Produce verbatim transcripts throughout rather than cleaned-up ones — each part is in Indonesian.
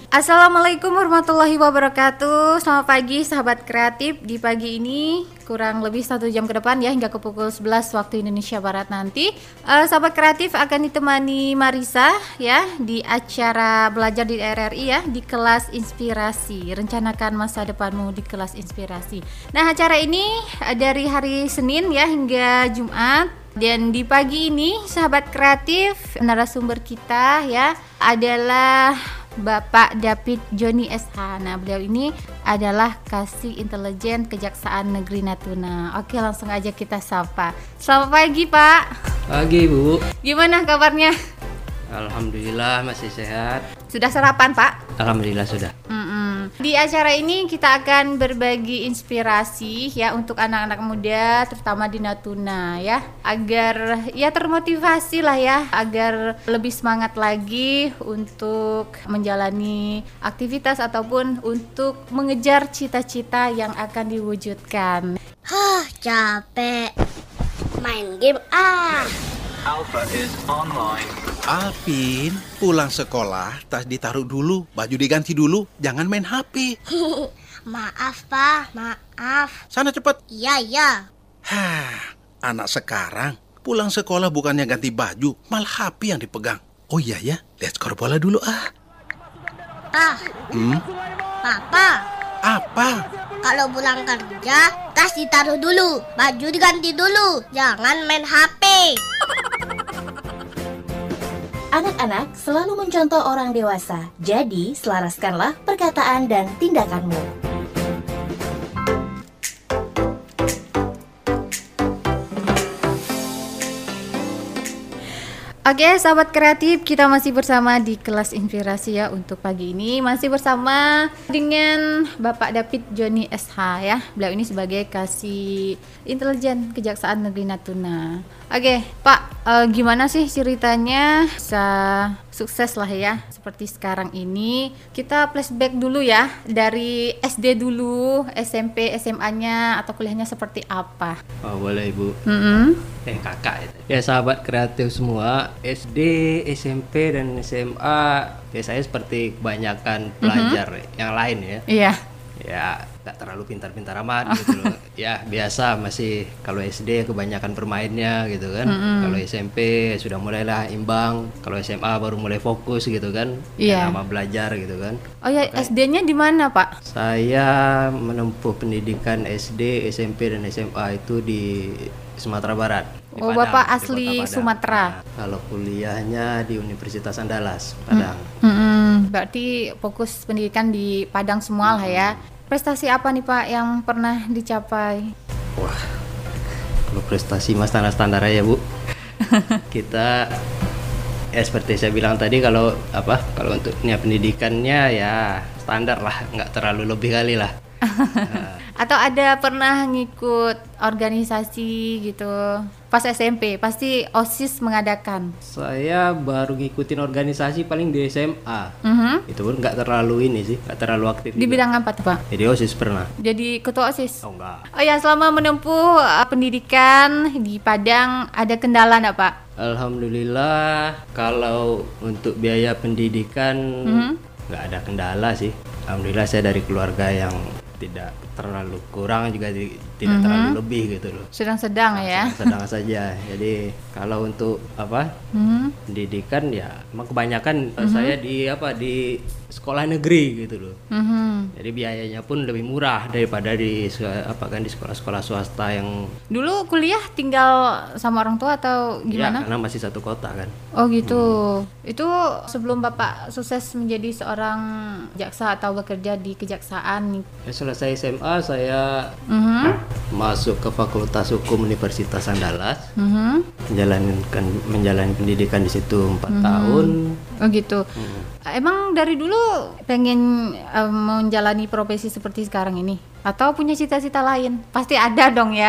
Assalamualaikum warahmatullahi wabarakatuh. Selamat pagi sahabat kreatif. Di pagi ini kurang lebih satu jam ke depan ya, hingga ke pukul sebelas waktu Indonesia Barat nanti, uh, sahabat kreatif akan ditemani Marisa ya di acara belajar di R R I ya, di kelas inspirasi. Rencanakan masa depanmu di kelas inspirasi. Nah, acara ini uh, dari hari Senin ya hingga Jumat. Dan di pagi ini sahabat kreatif, narasumber kita ya adalah Bapak David Joni S H. Nah, beliau ini adalah Kasih Intelijen Kejaksaan Negeri Natuna. Oke, langsung aja kita sapa. Selamat pagi, Pak. Pagi, Bu. Gimana kabarnya? Alhamdulillah masih sehat. Sudah sarapan, Pak? Alhamdulillah sudah. Mm-mm. Di acara ini kita akan berbagi inspirasi ya untuk anak-anak muda, terutama di Natuna ya, agar ya termotivasi lah ya, agar lebih semangat lagi untuk menjalani aktivitas ataupun untuk mengejar cita-cita yang akan diwujudkan. Hah, capek. Main game ah. Alpha is online. Alvin, pulang sekolah, tas ditaruh dulu, baju diganti dulu, jangan main H P. Maaf, Pak. Maaf. Sana cepat. Iya, iya. Hah, anak sekarang pulang sekolah bukannya ganti baju, malah H P yang dipegang. Oh iya ya, lihat skor bola dulu ah. Ah, Hmm, Papa. apa? Kalau pulang kerja, tas ditaruh dulu, baju diganti dulu. Jangan main H P. Anak-anak selalu mencontoh orang dewasa, jadi selaraskanlah perkataan dan tindakanmu. Oke, sahabat kreatif, kita masih bersama di kelas inspirasi ya untuk pagi ini. Masih bersama dengan Bapak David Joni S H ya. Beliau ini sebagai Kasih Intelijen Kejaksaan Negeri Natuna. Oke, Pak, eh, gimana sih ceritanya bisa sukses lah ya seperti sekarang ini? Kita flashback dulu ya, dari S D dulu, S M P, S M A-nya atau kuliahnya seperti apa? Oh, boleh, Bu. Mm-mm. Eh, kakak itu. Ya, sahabat kreatif semua, S D, S M P, dan S M A biasanya seperti kebanyakan pelajar mm-hmm. yang lain ya. Iya. Ya, gak terlalu pintar-pintar amat gitu loh. Ya, biasa masih kalau S D kebanyakan bermainnya gitu kan. Mm-hmm. Kalau S M P sudah mulailah imbang. Kalau S M A baru mulai fokus gitu kan. Iya. Sama belajar gitu kan. Oh ya, Makanya, S D-nya di mana, Pak? saya menempuh pendidikan S D, S M P, dan S M A itu di Sumatera Barat. Di Oh, Padang, Bapak di asli Kota Padang. Sumatera. Nah, kalau kuliahnya di Universitas Andalas, Padang. Mm-mm. Berarti fokus pendidikan di Padang semua lah ya. Prestasi apa nih Pak yang pernah dicapai? Wah, kalau prestasi mas standar-standar aja Bu. Kita ya seperti saya bilang tadi, kalau apa kalau untuk dunia pendidikannya ya standar lah, nggak terlalu lebih kali lah. Nah, Atau ada pernah ngikut organisasi gitu pas S M P? Pasti OSIS mengadakan. saya baru ngikutin organisasi paling di S M A. Mhm. Itu pun nggak terlalu ini sih, nggak terlalu aktif. Di juga. bidang apa tuh Pak? Jadi OSIS pernah. Jadi ketua OSIS? Oh enggak. Oh ya, selama menempuh uh, pendidikan di Padang ada kendala nggak Pak? Alhamdulillah, kalau untuk biaya pendidikan Mhm. nggak ada kendala sih. Alhamdulillah saya dari keluarga yang tidak terlalu kurang juga di- tidak Mhm. terlalu lebih gitu loh. Sedang-sedang ya? Sedang saja. Jadi kalau untuk apa Mhm. pendidikan ya emang kebanyakan eh, saya di apa di sekolah negeri gitu loh. Mhm. Jadi biayanya pun lebih murah daripada di se- apa kan di sekolah-sekolah swasta yang Dulu kuliah tinggal sama orang tua atau ya gimana? karena masih satu kota kan. Oh gitu. Itu sebelum Bapak sukses menjadi seorang jaksa atau bekerja di kejaksaan nih. Ya, selesai S M A saya Mhm. masuk ke Fakultas Hukum Universitas Andalas, Mhm. menjalankan menjalani pendidikan di situ empat tahun. Oh gitu. Emang dari dulu pengen em, menjalani profesi seperti sekarang ini? Atau punya cita-cita lain? Pasti ada dong ya.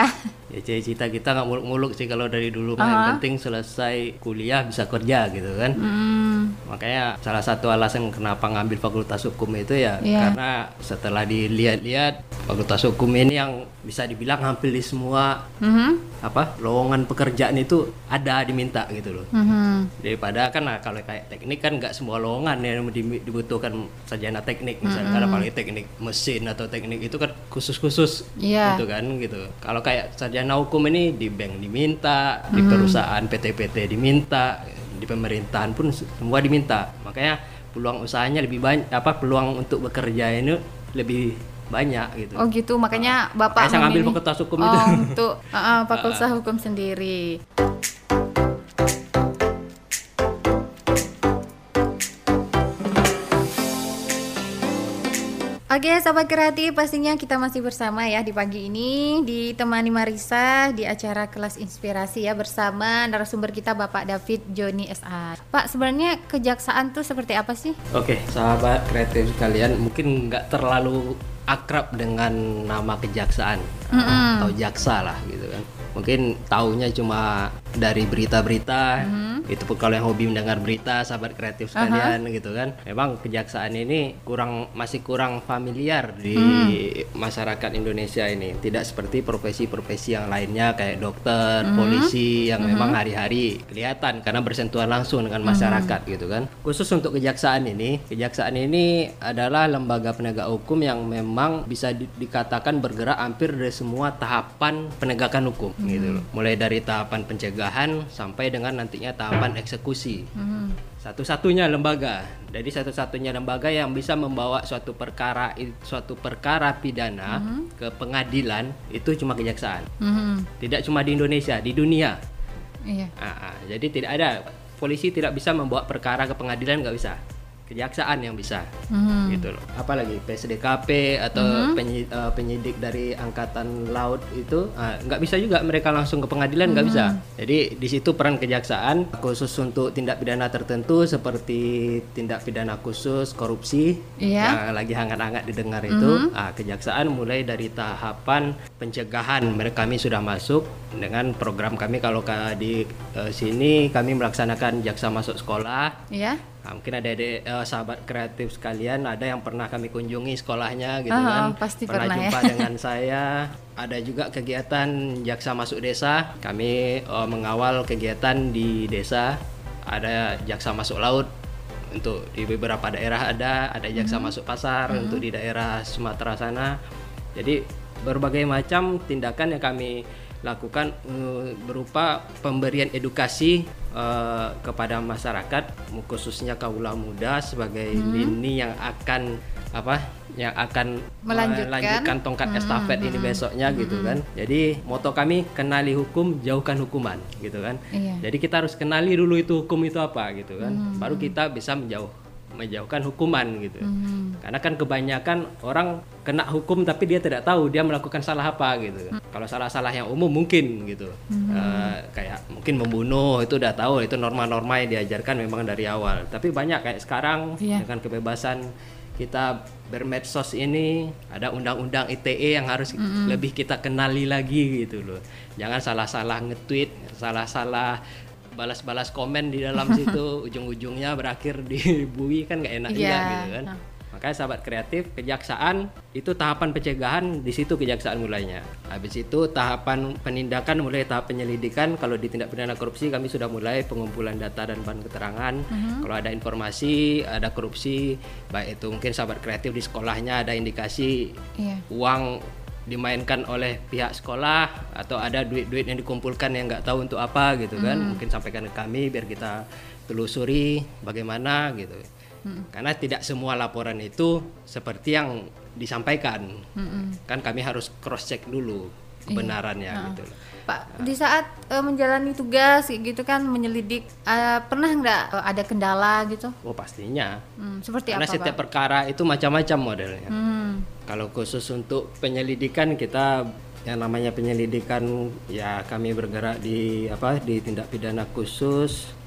Ya cita-cita kita nggak muluk-muluk sih kalau dari dulu mah. Yang Aha. penting selesai kuliah bisa kerja gitu kan. Hmm. Makanya salah satu alasan kenapa ngambil fakultas hukum itu ya Iya. karena setelah dilihat-lihat fakultas hukum ini yang bisa dibilang hampir di semua Mhm. apa lowongan pekerjaan itu ada diminta gitu loh. Mhm. Daripada kan nah, kalau kayak teknik kan nggak semua lowongan yang di- dibutuhkan sarjana teknik misalnya kan apalagi teknik mesin atau teknik itu kan khusus-khusus Iya. gitu kan gitu. Kalau kayak sarjana hukum ini di bank diminta, di perusahaan P T P T diminta, di pemerintahan pun semua diminta. Makanya peluang usahanya lebih banyak, apa peluang untuk bekerja ini lebih banyak gitu. Oh gitu, makanya Bapak Makanya saya ngambil memilih- fakultas hukum oh, itu. untuk uh, uh, fakultas hukum sendiri. Oke, sahabat kreatif, pastinya kita masih bersama ya di pagi ini ditemani Marisa di acara kelas inspirasi ya bersama narasumber kita Bapak David Joni S A. Pak, sebenarnya kejaksaan tuh seperti apa sih? Oke, sahabat kreatif sekalian, mungkin nggak terlalu akrab dengan nama kejaksaan atau jaksa lah gitu kan. Mungkin taunya cuma dari berita-berita. Itu pun kalau yang hobi mendengar berita, sahabat kreatif sekalian gitu kan. Memang kejaksaan ini kurang masih kurang familiar di masyarakat Indonesia ini. Tidak seperti profesi-profesi yang lainnya kayak dokter, polisi yang memang hari-hari kelihatan karena bersentuhan langsung dengan masyarakat gitu kan. Khusus untuk kejaksaan ini, kejaksaan ini adalah lembaga penegak hukum yang memang bisa di- dikatakan bergerak hampir dari semua tahapan penegakan hukum gitu loh. Mulai dari tahapan pencegahan sampai dengan nantinya tahapan eksekusi. Satu-satunya lembaga. Jadi satu-satunya lembaga yang bisa membawa suatu perkara suatu perkara pidana ke pengadilan itu cuma kejaksaan. Mhm. Tidak cuma di Indonesia, di dunia. Iya. Ah, ah. Jadi tidak ada polisi tidak bisa membawa perkara ke pengadilan, nggak bisa. Kejaksaan yang bisa, gitu loh. Apalagi P S D K P atau penyi- eh, penyidik dari angkatan laut itu ah, nggak bisa juga mereka langsung ke pengadilan, nggak bisa. Jadi di situ peran kejaksaan khusus untuk tindak pidana tertentu seperti tindak pidana khusus korupsi Iya. yang lagi hangat-hangat didengar itu. Ah, kejaksaan mulai dari tahapan pencegahan mereka kami sudah masuk dengan program kami. Kalau ka- di eh, sini kami melaksanakan jaksa masuk sekolah. Iya. Nah, mungkin ada adik eh, sahabat kreatif sekalian ada yang pernah kami kunjungi sekolahnya gitu Ah, kan. pasti pernah pernah ya. jumpa dengan saya. Ada juga kegiatan jaksa masuk desa. Kami eh, mengawal kegiatan di desa. Ada jaksa masuk laut untuk di beberapa daerah ada, ada jaksa masuk pasar untuk di daerah Sumatera sana. Jadi berbagai macam tindakan yang kami lakukan eh, berupa pemberian edukasi eh, kepada masyarakat khususnya kaula muda sebagai lini yang akan apa yang akan Melanjutkan. melanjutkan tongkat estafet ini besoknya gitu kan. Jadi moto kami kenali hukum, jauhkan hukuman gitu kan. Iya. Jadi kita harus kenali dulu itu hukum itu apa gitu kan. Baru kita bisa menjauh menjauhkan hukuman gitu. Karena kan kebanyakan orang kena hukum tapi dia tidak tahu dia melakukan salah apa gitu. Kalau salah-salah yang umum mungkin gitu. Eh, kayak mungkin membunuh itu udah tahu itu norma-norma yang diajarkan memang dari awal. Tapi banyak kayak sekarang Iya. dengan kebebasan kita bermedsos ini ada undang-undang I T E yang harus lebih kita kenali lagi gitu loh. Jangan salah-salah nge-tweet, salah-salah balas-balas komen di dalam situ ujung-ujungnya berakhir di bui kan nggak enak juga Iya. gitu kan. Makanya sahabat kreatif, kejaksaan itu tahapan pencegahan, di situ kejaksaan mulainya. Habis itu tahapan penindakan mulai tahap penyelidikan. Kalau di tindak pidana korupsi kami sudah mulai pengumpulan data dan bahan keterangan. Kalau ada informasi, ada korupsi, baik itu mungkin sahabat kreatif di sekolahnya ada indikasi Iya. uang dimainkan oleh pihak sekolah atau ada duit-duit yang dikumpulkan yang nggak tahu untuk apa gitu kan, mungkin sampaikan ke kami biar kita telusuri bagaimana gitu. Karena tidak semua laporan itu seperti yang disampaikan, kan kami harus cross check dulu kebenarannya gitu loh. Pak, di saat eh, menjalani tugas gitu kan menyelidik, eh, pernah nggak eh, ada kendala gitu? Oh pastinya, Hmm, seperti karena apa, setiap Pak? perkara itu macam-macam modelnya. Hmm. Kalau khusus untuk penyelidikan kita yang namanya penyelidikan ya kami bergerak di apa di tindak pidana khusus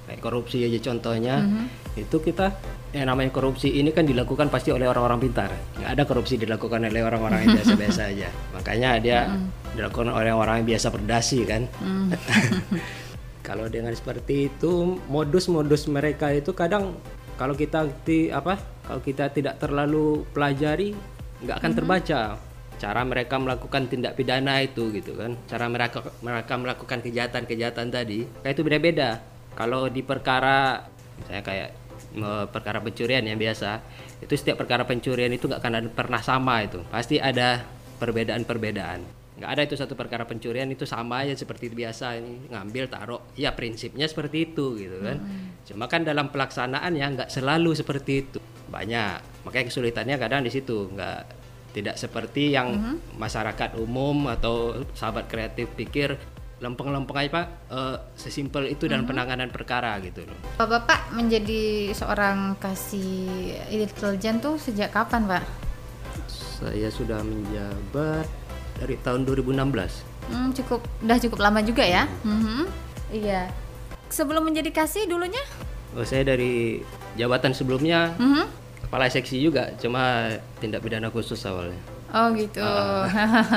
kayak korupsi aja contohnya. Mm-hmm. Itu kita yang namanya korupsi ini kan dilakukan pasti oleh orang-orang pintar. Nggak ada korupsi dilakukan oleh orang-orang yang biasa-biasa aja. Makanya dia mm-hmm. dilakukan oleh orang yang biasa berdasi kan. Mm-hmm. Kalau dengan seperti itu modus-modus mereka itu kadang kalau kita di apa kalau kita tidak terlalu pelajari nggak akan mm-hmm. terbaca cara mereka melakukan tindak pidana itu gitu kan, cara mereka mereka melakukan kejahatan-kejahatan tadi kayak itu beda-beda. Kalau di perkara misalnya kayak perkara pencurian yang biasa itu setiap perkara pencurian itu nggak akan ada, pernah sama, itu pasti ada perbedaan-perbedaan. Nggak ada itu satu perkara pencurian itu sama aja seperti biasa, ini ngambil taruh ya prinsipnya seperti itu gitu kan. Hmm. Cuma kan dalam pelaksanaan ya nggak selalu seperti itu, banyak, makanya kesulitannya kadang di situ, nggak tidak seperti yang mm-hmm. masyarakat umum atau sahabat kreatif pikir lempeng-lempeng aja Pak, uh, sesimpel itu dalam mm-hmm. penanganan perkara gitu loh. Bapak menjadi seorang kasih intelijen tuh sejak kapan Pak? Saya sudah menjabat dari tahun dua ribu enam belas. Hmm, cukup, udah cukup lama juga ya. Mm-hmm. Iya. Sebelum menjadi kasih dulunya? Oh, saya dari jabatan sebelumnya. Mm-hmm. Kepala seksi juga, cuma tindak pidana khusus awalnya. Oh gitu. Uh.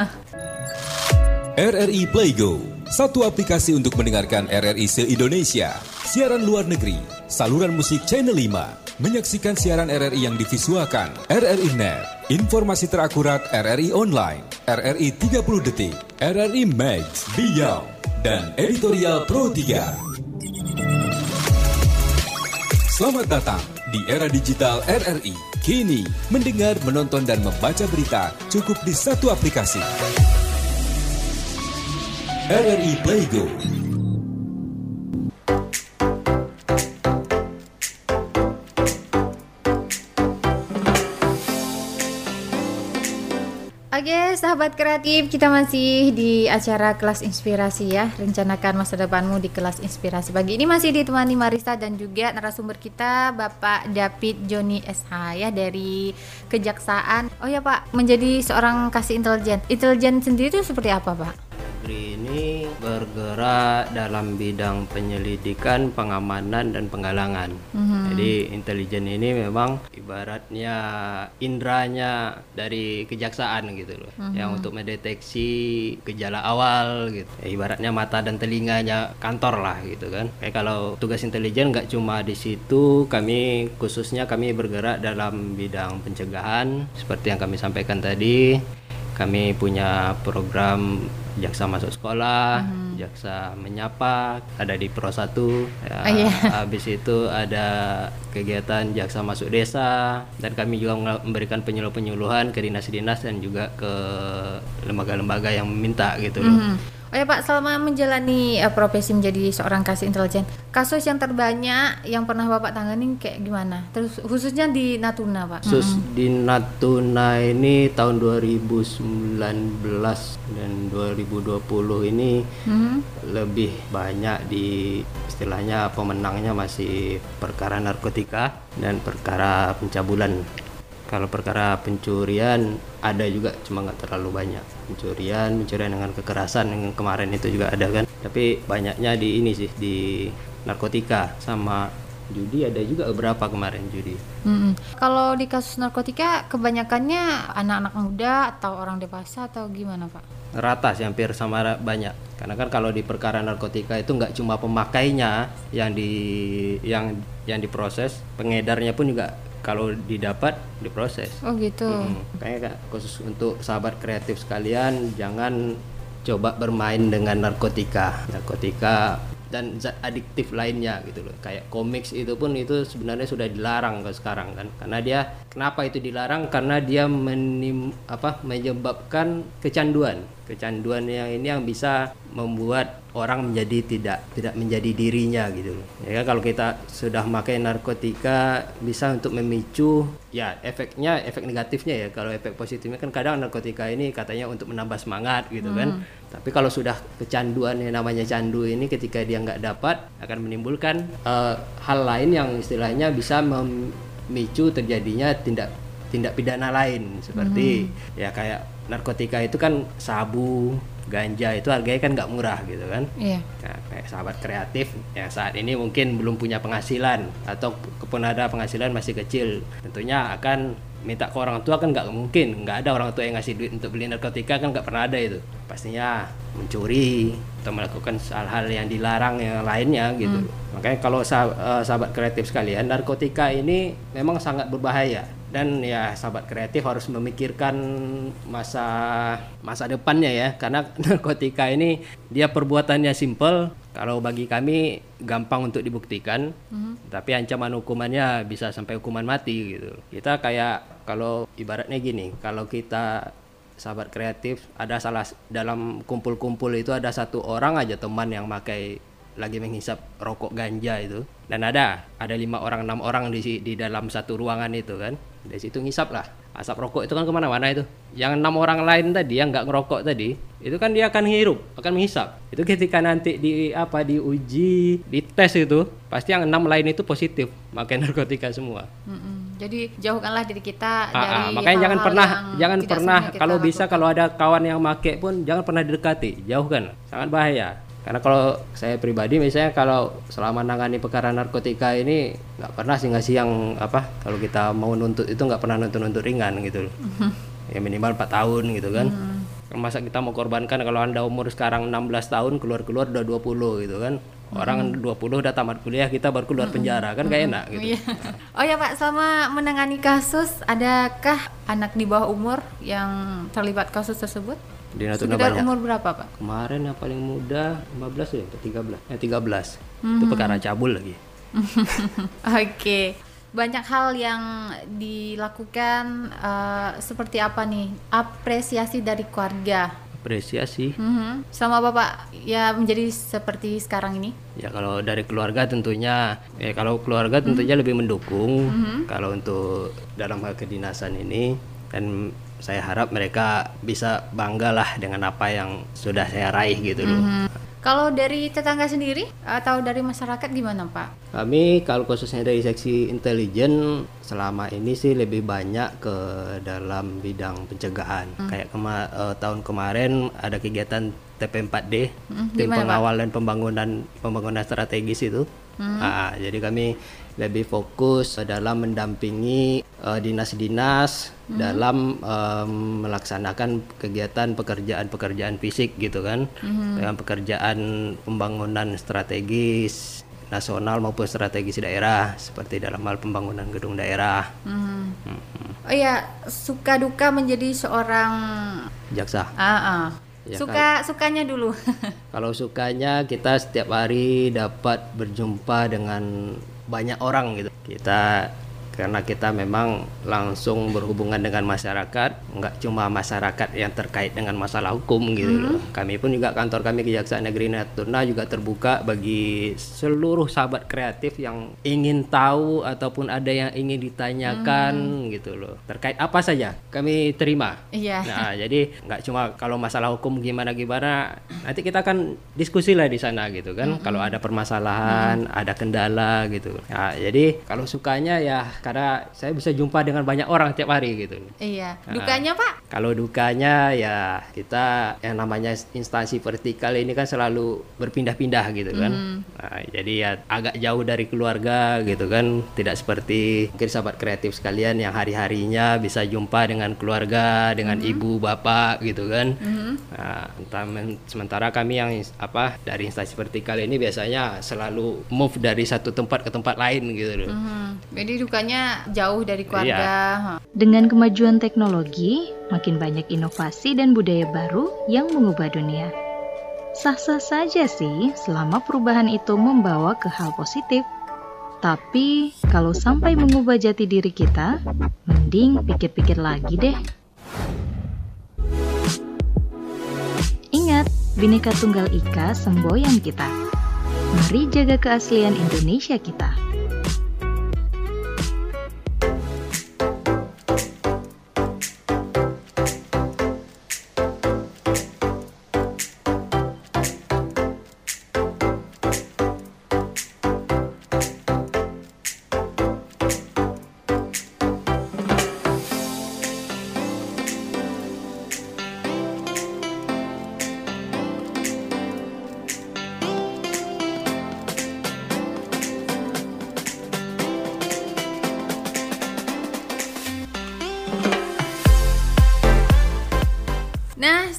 R R I Playgo, satu aplikasi untuk mendengarkan R R I se-Indonesia, siaran luar negeri, saluran musik Channel lima, menyaksikan siaran R R I yang divisualkan, R R I Net, informasi terakurat R R I Online, R R I tiga puluh detik, R R I Max, Beyond, dan Editorial Pro tiga. Selamat datang di era digital R R I. Kini, mendengar, menonton, dan membaca berita cukup di satu aplikasi. R R I Playgo. Oke, sahabat kreatif, kita masih di acara Kelas Inspirasi ya. Rencanakan masa depanmu di Kelas Inspirasi. Pagi ini masih ditemani Marisa dan juga narasumber kita Bapak David Joni S H ya dari Kejaksaan. Oh ya Pak, menjadi seorang kasih intelijen. Intelijen sendiri itu seperti apa Pak? Ini bergerak dalam bidang penyelidikan, pengamanan, dan penggalangan. Mm-hmm. Jadi intelijen ini memang ibaratnya indranya dari kejaksaan gitu loh, mm-hmm. yang untuk mendeteksi gejala awal gitu. Ya, ibaratnya mata dan telinganya kantor lah gitu kan. Kayak kalau tugas intelijen nggak cuma di situ, kami khususnya kami bergerak dalam bidang pencegahan seperti yang kami sampaikan tadi. Kami punya program Jaksa Masuk Sekolah, mm-hmm. Jaksa Menyapa, ada di Pro satu ya. Oh, yeah. Habis itu ada kegiatan Jaksa Masuk Desa, dan kami juga memberikan penyuluh-penyuluhan ke dinas-dinas dan juga ke lembaga-lembaga yang meminta gitu loh. Mm-hmm. Oh ya Pak, selama menjalani uh, profesi menjadi seorang kasih intelijen, kasus yang terbanyak yang pernah Bapak tangani kayak gimana? Terus khususnya di Natuna Pak? Khusus mm-hmm. di Natuna ini tahun dua ribu sembilan belas dan dua ribu dua puluh ini mm-hmm. lebih banyak di istilahnya pemenangnya masih perkara narkotika dan perkara pencabulan. Kalau perkara pencurian ada juga, cuma nggak terlalu banyak. Pencurian, pencurian dengan kekerasan yang kemarin itu juga ada kan. Tapi banyaknya di ini sih, di narkotika sama judi ada juga beberapa kemarin judi. Hmm. Kalau di kasus narkotika kebanyakannya anak-anak muda atau orang dewasa atau gimana Pak? Rata sih, hampir sama banyak. Karena kan kalau di perkara narkotika itu nggak cuma pemakainya yang di yang yang diproses, pengedarnya pun juga kalau didapat diproses. Oh gitu. Hmm, kayaknya khusus untuk sahabat kreatif sekalian, jangan coba bermain dengan narkotika, narkotika dan zat adiktif lainnya gitu loh. Kayak komiks itu pun itu sebenarnya sudah dilarang ke sekarang kan. Karena dia, kenapa itu dilarang? Karena dia menim, apa, menyebabkan kecanduan. Kecanduan yang ini yang bisa membuat orang menjadi tidak tidak menjadi dirinya gitu loh. Ya kalau kita sudah memakai narkotika bisa untuk memicu ya efeknya, efek negatifnya ya. Kalau efek positifnya kan kadang narkotika ini katanya untuk menambah semangat gitu hmm. kan. Tapi kalau sudah kecanduan yang namanya candu ini, ketika dia nggak dapat akan menimbulkan uh, hal lain yang istilahnya bisa memicu terjadinya tindak tindak pidana lain seperti hmm. ya kayak narkotika itu kan sabu, ganja itu harganya kan nggak murah gitu kan. Iya. Nah, kayak sahabat kreatif yang saat ini mungkin belum punya penghasilan atau kepun ada penghasilan masih kecil, tentunya akan minta ke orang tua kan nggak mungkin, nggak ada orang tua yang ngasih duit untuk beli narkotika kan, nggak pernah ada itu. Pastinya mencuri atau melakukan hal-hal yang dilarang yang lainnya gitu. Hmm. Makanya kalau sah- sahabat kreatif sekalian, narkotika ini memang sangat berbahaya. Dan ya sahabat kreatif harus memikirkan masa masa depannya ya, karena narkotika ini dia perbuatannya simple, kalau bagi kami gampang untuk dibuktikan, mm-hmm. tapi ancaman hukumannya bisa sampai hukuman mati gitu. Kita kayak kalau ibaratnya gini, kalau kita sahabat kreatif ada salah dalam kumpul-kumpul itu ada satu orang aja teman yang pakai lagi menghisap rokok ganja itu, dan ada ada lima orang enam orang di di dalam satu ruangan itu kan, dari situ ngisap lah asap rokok itu kan kemana-mana itu. Yang enam orang lain tadi yang nggak ngerokok tadi itu kan dia akan menghirup, akan menghisap. Itu ketika nanti di apa diuji, dites itu pasti yang enam lain itu positif pakai narkotika semua. Mm-mm. Jadi jauhkanlah diri kita ah, dari ah, makanya jangan pernah jangan pernah kalau bisa lakukan. Kalau ada kawan yang make pun jangan pernah didekati, jauhkan, sangat bahaya. Karena kalau saya pribadi misalnya kalau selama nangani perkara narkotika ini nggak pernah sih ngasih yang apa, kalau kita mau nuntut itu nggak pernah nuntut-nuntut ringan gitu loh. Mm-hmm. Ya minimal empat tahun gitu kan. Mm-hmm. Masa kita mau korbankan kalau Anda umur sekarang enam belas tahun keluar-keluar udah dua puluh gitu kan. Orang mm-hmm. dua puluh udah tamat kuliah, kita baru keluar mm-hmm. penjara kan, gak enak gitu. Yeah. Oh ya Pak, selama menangani kasus adakah anak di bawah umur yang terlibat kasus tersebut? Di Natuna sekitar banyak. Umur berapa Pak? Kemarin yang paling muda lima belas ya, tiga belas. Eh tiga belas. Mm-hmm. Itu perkara cabul lagi. Oke. Okay. Banyak hal yang dilakukan uh, seperti apa nih? Apresiasi dari keluarga. Apresiasi. Mm-hmm. Sama Bapak ya menjadi seperti sekarang ini? Ya kalau dari keluarga tentunya, ya kalau keluarga tentunya mm-hmm. lebih mendukung. Mm-hmm. Kalau untuk dalam hal kedinasan ini, dan saya harap mereka bisa bangga lah dengan apa yang sudah saya raih gitu loh. Mm-hmm. Kalau dari tetangga sendiri atau dari masyarakat gimana Pak? Kami kalau khususnya dari seksi intelijen selama ini sih lebih banyak ke dalam bidang pencegahan. Hmm. Kayak kema- uh, tahun kemarin ada kegiatan T P empat D, hmm, tim pengawal Pak? Dan pembangunan pembangunan strategis itu. Hmm. Nah, jadi kami lebih fokus dalam mendampingi uh, dinas-dinas hmm. dalam um, melaksanakan kegiatan pekerjaan-pekerjaan fisik gitu kan, hmm. dengan pekerjaan pembangunan strategis nasional maupun strategis daerah, seperti dalam hal pembangunan gedung daerah. Hmm. Hmm. Oh ya, suka duka menjadi seorang jaksa. Ah, ah. Ya, suka kan, sukanya dulu. Kalau sukanya kita setiap hari dapat berjumpa dengan banyak orang gitu. Kita karena kita memang langsung berhubungan dengan masyarakat, nggak cuma masyarakat yang terkait dengan masalah hukum gitu mm-hmm. loh. Kami pun juga, kantor kami Kejaksaan Negeri Natuna juga terbuka bagi seluruh sahabat kreatif yang ingin tahu ataupun ada yang ingin ditanyakan mm. gitu loh. Terkait apa saja kami terima. Iya. Nah, jadi nggak cuma kalau masalah hukum gimana-gimana, nanti kita akan diskusi lah di sana gitu kan. Mm-hmm. Kalau ada permasalahan, mm. ada kendala gitu. Nah, jadi kalau sukanya ya karena saya bisa jumpa dengan banyak orang tiap hari gitu. Iya. Dukanya nah, Pak? Kalau dukanya ya kita yang namanya instansi vertikal ini kan selalu berpindah-pindah gitu kan. Mm. Nah, jadi ya agak jauh dari keluarga gitu kan. Tidak seperti mungkin sahabat kreatif sekalian yang hari-harinya bisa jumpa dengan keluarga, dengan mm-hmm. ibu, bapak gitu kan. Mm-hmm. Nah, sementara kami yang apa dari instansi vertikal ini biasanya selalu move dari satu tempat ke tempat lain gitu loh. Mm-hmm. Jadi dukanya jauh dari keluarga. Iya. Dengan kemajuan teknologi, makin banyak inovasi dan budaya baru yang mengubah dunia. Sah-sah saja sih selama perubahan itu membawa ke hal positif. Tapi kalau sampai mengubah jati diri kita, mending pikir-pikir lagi deh. Ingat, Bhinneka Tunggal Ika semboyan kita. Mari jaga keaslian Indonesia kita.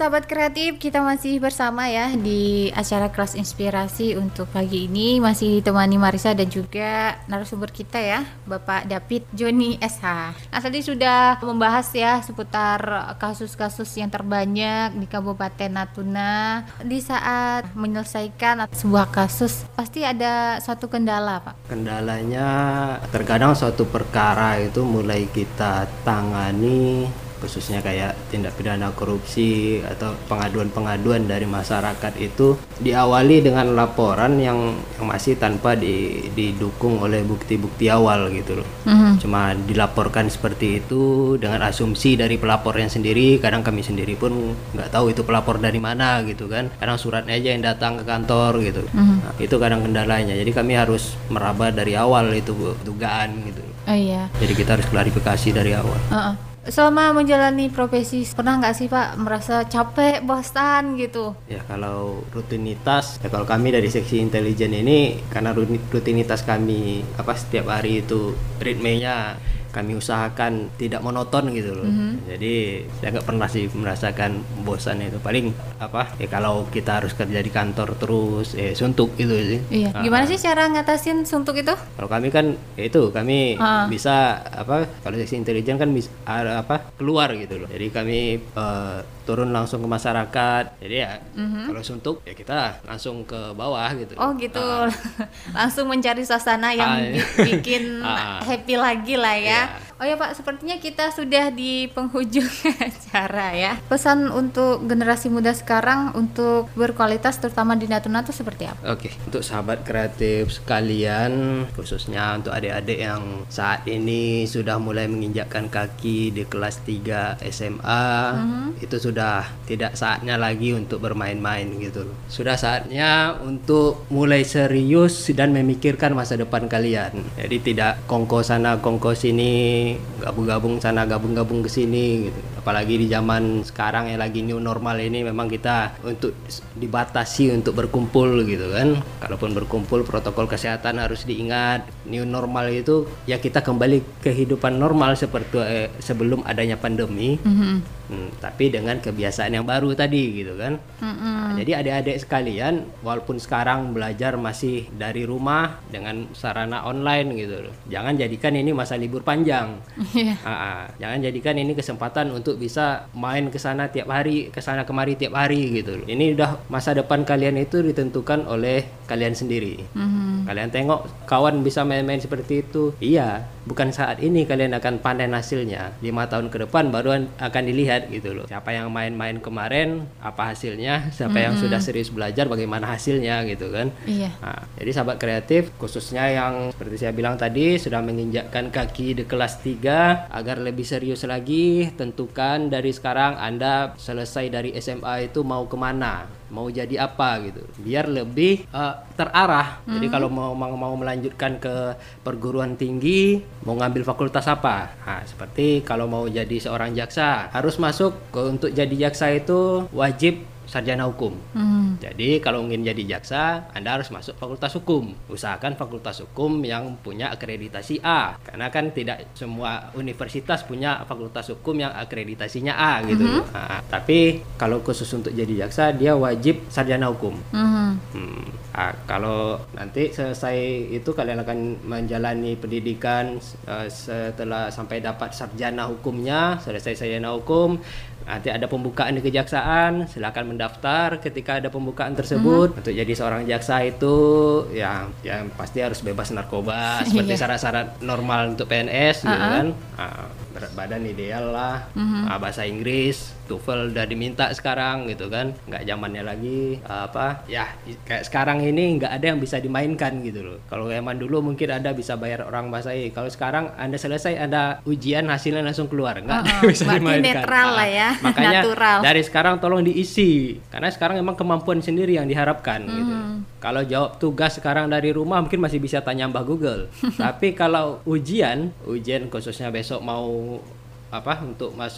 sahabat kreatif, kita masih bersama ya di acara Kelas Inspirasi untuk pagi ini, masih ditemani Marisa dan juga narasumber kita ya, Bapak David Joni S H. Nah, tadi sudah membahas ya seputar kasus-kasus yang terbanyak di Kabupaten Natuna. Di saat menyelesaikan sebuah kasus pasti ada suatu kendala, Pak. Kendalanya terkadang suatu perkara itu mulai kita tangani, khususnya kayak tindak pidana korupsi atau pengaduan-pengaduan dari masyarakat itu diawali dengan laporan yang, yang masih tanpa di, didukung oleh bukti-bukti awal gitu loh. Mm-hmm. Cuma dilaporkan seperti itu dengan asumsi dari pelapornya sendiri. Kadang kami sendiri pun nggak tahu itu pelapor dari mana gitu kan. Kadang suratnya aja yang datang ke kantor gitu. Mm-hmm. Nah, itu kadang kendalanya. Jadi kami harus meraba dari awal itu dugaan gitu. Oh iya. Jadi kita harus klarifikasi dari awal. Uh-uh. Selama menjalani profesi, pernah nggak sih Pak merasa capek, bosan gitu? Ya kalau rutinitas, ya kalau kami dari seksi intelijen ini, karena rutinitas kami apa setiap hari itu ritmenya kami usahakan tidak monoton gitu loh. Mm-hmm. Jadi saya nggak pernah sih merasakan bosan itu. Paling apa ya kalau kita harus kerja di kantor terus, eh suntuk gitu sih. Iya. Nah, gimana sih cara ngatasin suntuk itu? Kalau kami kan ya itu kami uh. bisa apa kalau seksi intelijen kan bisa apa keluar gitu loh. Jadi kami uh, turun langsung ke masyarakat. Jadi ya mm-hmm. kalau suntuk ya kita langsung ke bawah gitu. Oh gitu. Uh. Langsung mencari suasana yang uh, bikin uh. happy lagi lah ya. Yeah. Oh ya Pak, sepertinya kita sudah di penghujung acara ya. Pesan untuk generasi muda sekarang untuk berkualitas terutama di Natuna itu seperti apa? Oke, untuk sahabat kreatif sekalian, khususnya untuk adik-adik yang saat ini sudah mulai menginjakkan kaki di kelas tiga S M A, mm-hmm. itu sudah tidak saatnya lagi untuk bermain-main gitu. Sudah saatnya untuk mulai serius dan memikirkan masa depan kalian. Jadi tidak kongko sana kongko sini, gabung-gabung sana gabung-gabung ke sini gitu. Apalagi di zaman sekarang yang lagi new normal ini memang kita untuk dibatasi untuk berkumpul gitu kan. Kalaupun berkumpul protokol kesehatan harus diingat. New normal itu ya kita kembali kehidupan normal seperti eh, sebelum adanya pandemi. Mm-hmm. Hmm, tapi dengan kebiasaan yang baru tadi gitu kan. Mm-hmm. Nah, jadi adik-adik sekalian walaupun sekarang belajar masih dari rumah dengan sarana online gitu loh. Jangan jadikan ini masa libur panjang. Yeah. Nah, jangan jadikan ini kesempatan untuk bisa main ke sana tiap hari, ke sana kemari tiap hari gitu loh. Ini udah masa depan kalian itu ditentukan oleh kalian sendiri. Mm-hmm. Kalian tengok kawan bisa main-main seperti itu. Iya, bukan saat ini kalian akan panen hasilnya. Lima tahun ke depan baru akan dilihat gitu loh. Siapa yang main-main kemarin, apa hasilnya? Siapa mm-hmm. yang sudah serius belajar, bagaimana hasilnya gitu kan? Iya. Nah, jadi sahabat kreatif, khususnya yang seperti saya bilang tadi sudah menginjakkan kaki di kelas tiga, agar lebih serius lagi, tentukan dari sekarang Anda selesai dari S M A itu mau kemana, mau jadi apa gitu, biar lebih uh, terarah. Mm-hmm. Jadi kalau mau mau melanjutkan ke perguruan tinggi, mau ngambil fakultas apa? Nah, seperti kalau mau jadi seorang jaksa, harus masuk ke, untuk jadi jaksa itu wajib sarjana hukum. Hmm. Jadi kalau ingin jadi jaksa, Anda harus masuk fakultas hukum. Usahakan fakultas hukum yang punya akreditasi A. Karena kan tidak semua universitas punya fakultas hukum yang akreditasinya A gitu. Hmm. Nah, tapi kalau khusus untuk jadi jaksa, dia wajib sarjana hukum. Hmm. Hmm. Nah, kalau nanti selesai itu kalian akan menjalani pendidikan uh, setelah sampai dapat sarjana hukumnya, selesai sarjana hukum, nanti ada pembukaan di kejaksaan, silakan mendaftar. Ketika ada pembukaan tersebut, mm-hmm. untuk jadi seorang jaksa itu ya, ya pasti harus bebas narkoba, seperti syarat-syarat normal untuk P N S gitu uh-huh. kan. Nah, berat badan ideal lah, mm-hmm. nah, bahasa Inggris, TOEFL udah diminta sekarang gitu kan. Nggak zamannya lagi apa ya kayak sekarang ini nggak ada yang bisa dimainkan gitu loh. Kalau zaman dulu mungkin Anda bisa bayar orang bahasa Inggris. Kalau sekarang Anda selesai ada ujian, hasilnya langsung keluar, nggak uh-huh. bisa dimainkan. Netral lah ya. Makanya natural. Dari sekarang tolong diisi, karena sekarang memang kemampuan sendiri yang diharapkan mm. gitu. Kalau jawab tugas sekarang dari rumah mungkin masih bisa tanya Mbah Google. Tapi kalau ujian, ujian khususnya besok mau apa untuk masuk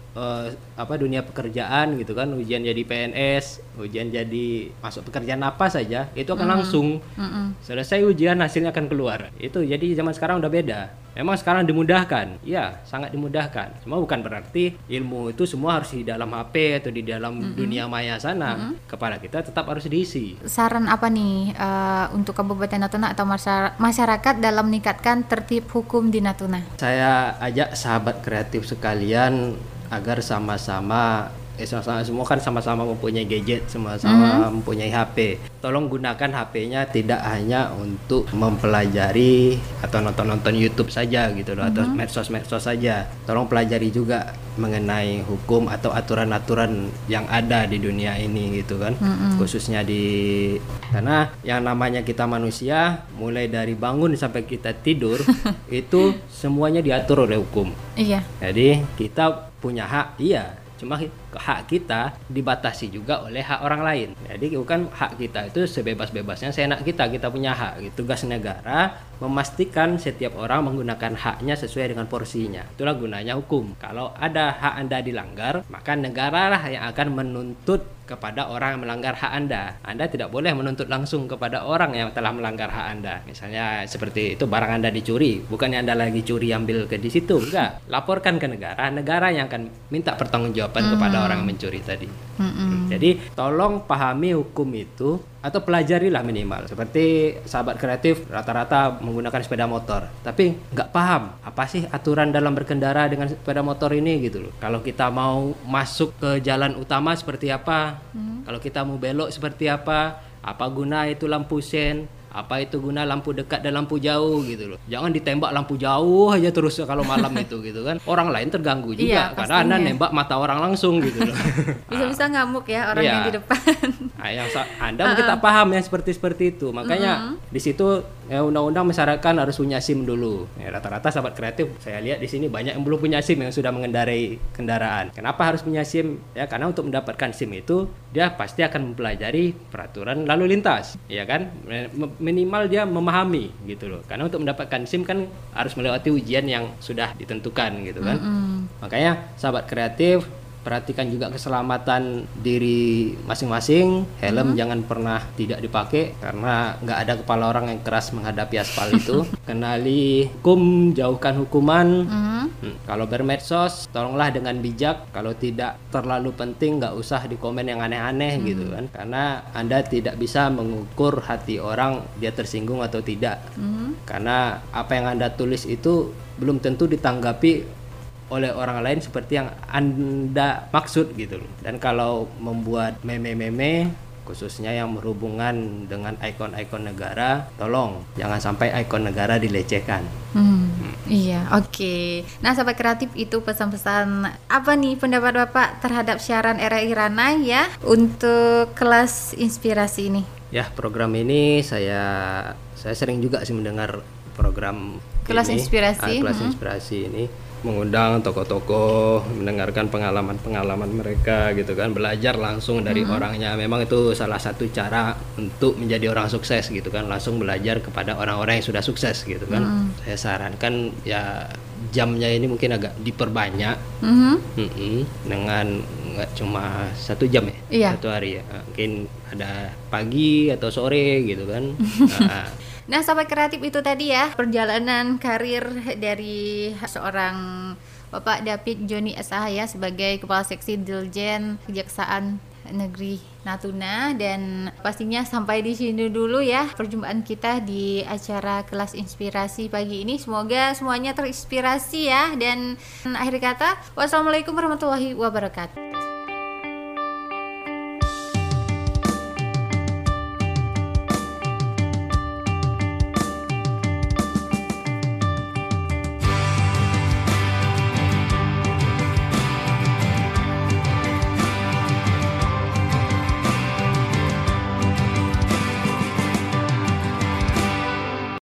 uh, apa dunia pekerjaan gitu kan, ujian jadi P N S, ujian jadi masuk pekerjaan apa saja, itu akan mm-hmm. langsung mm-hmm. selesai ujian hasilnya akan keluar. Itu jadi zaman sekarang udah beda. Memang sekarang dimudahkan, ya sangat dimudahkan. Cuma bukan berarti ilmu itu semua harus di dalam H P atau di dalam mm-hmm. dunia maya sana. Mm-hmm. Kepala kita tetap harus diisi. Saran apa nih uh, untuk Kabupaten Natuna atau masyarakat dalam meningkatkan tertib hukum di Natuna? Saya ajak sahabat kreatif sekalian agar sama-sama eh, sama-sama semua kan sama-sama mempunyai gadget, sama-sama mm-hmm. mempunyai H P. Tolong gunakan H P-nya tidak hanya untuk mempelajari atau nonton-nonton YouTube saja gitu loh, mm-hmm. atau medsos-medsos saja. Tolong pelajari juga mengenai hukum atau aturan-aturan yang ada di dunia ini gitu kan. Mm-hmm. Khususnya di karena yang namanya kita manusia, mulai dari bangun sampai kita tidur itu semuanya diatur oleh hukum. Iya. Jadi kita punya hak, iya. Cuma hak kita dibatasi juga oleh hak orang lain. Jadi bukan hak kita itu sebebas-bebasnya seenak kita, kita punya hak. Tugas negara memastikan setiap orang menggunakan haknya sesuai dengan porsinya. Itulah gunanya hukum. Kalau ada hak Anda dilanggar, maka negara lah yang akan menuntut kepada orang yang melanggar hak Anda. Anda tidak boleh menuntut langsung kepada orang yang telah melanggar hak Anda. Misalnya seperti itu, barang Anda dicuri, bukannya Anda lagi curi ambil ke di situ, enggak. Laporkan ke negara, negara yang akan minta pertanggungjawaban hmm. kepada orang yang mencuri tadi. Hmm. Jadi tolong pahami hukum itu atau pelajarilah minimal. Seperti sahabat kreatif rata-rata menggunakan sepeda motor, tapi nggak paham apa sih aturan dalam berkendara dengan sepeda motor ini gitu loh. Kalau kita mau masuk ke jalan utama seperti apa, hmm. kalau kita mau belok seperti apa, apa guna itu lampu sen, apa itu guna lampu dekat dan lampu jauh gitu loh. Jangan ditembak lampu jauh aja terus kalau malam itu gitu kan. Orang lain terganggu juga iya, karena Anda nembak mata orang langsung gitu loh. Bisa-bisa ngamuk ya orang iya. yang di depan. Nah, yang Anda mungkin tak paham yang seperti-seperti itu. Makanya uh-huh. di situ ya, undang-undang masyarakat harus punya SIM dulu. Ya, rata-rata sahabat kreatif saya lihat di sini banyak yang belum punya SIM yang sudah mengendarai kendaraan. Kenapa harus punya SIM? Ya karena untuk mendapatkan SIM itu dia pasti akan mempelajari peraturan lalu lintas, ya kan? Minimal dia memahami gitu loh. Karena untuk mendapatkan SIM kan harus melewati ujian yang sudah ditentukan gitu kan. Mm-hmm. Makanya sahabat kreatif perhatikan juga keselamatan diri masing-masing. Helm mm-hmm. jangan pernah tidak dipakai karena nggak ada kepala orang yang keras menghadapi aspal itu. Kenali hukum, jauhkan hukuman. Mm-hmm. Hmm. Kalau bermedsos, tolonglah dengan bijak. Kalau tidak terlalu penting, nggak usah di komen yang aneh-aneh mm-hmm. gitu kan. Karena Anda tidak bisa mengukur hati orang dia tersinggung atau tidak. Mm-hmm. Karena apa yang Anda tulis itu belum tentu ditanggapi oleh orang lain seperti yang Anda maksud gitu loh. Dan kalau membuat meme-meme khususnya yang berhubungan dengan ikon-ikon negara, tolong jangan sampai ikon negara dilecehkan. Hmm, hmm. Iya, oke. Okay. Nah, sahabat kreatif, itu pesan-pesan apa nih pendapat Bapak terhadap siaran R R I Rana ya untuk kelas inspirasi ini? Ya, program ini saya saya sering juga sih mendengar program kelas ini, inspirasi. Ah, kelas hmm. inspirasi ini mengundang tokoh-tokoh, mendengarkan pengalaman-pengalaman mereka gitu kan, belajar langsung dari mm-hmm. orangnya. Memang itu salah satu cara untuk menjadi orang sukses gitu kan, langsung belajar kepada orang-orang yang sudah sukses gitu kan. Mm-hmm. Saya sarankan ya jamnya ini mungkin agak diperbanyak, mm-hmm. Mm-hmm. dengan nggak cuma satu jam ya, iya. satu hari ya, mungkin ada pagi atau sore gitu kan. Nah, Nah, sahabat kreatif, itu tadi ya perjalanan karir dari seorang Bapak David Joni S A ya sebagai Kepala Seksi Dirjen Kejaksaan Negeri Natuna. Dan pastinya sampai di sini dulu ya perjumpaan kita di acara kelas inspirasi pagi ini. Semoga semuanya terinspirasi ya. Dan akhir kata, wassalamualaikum warahmatullahi wabarakatuh.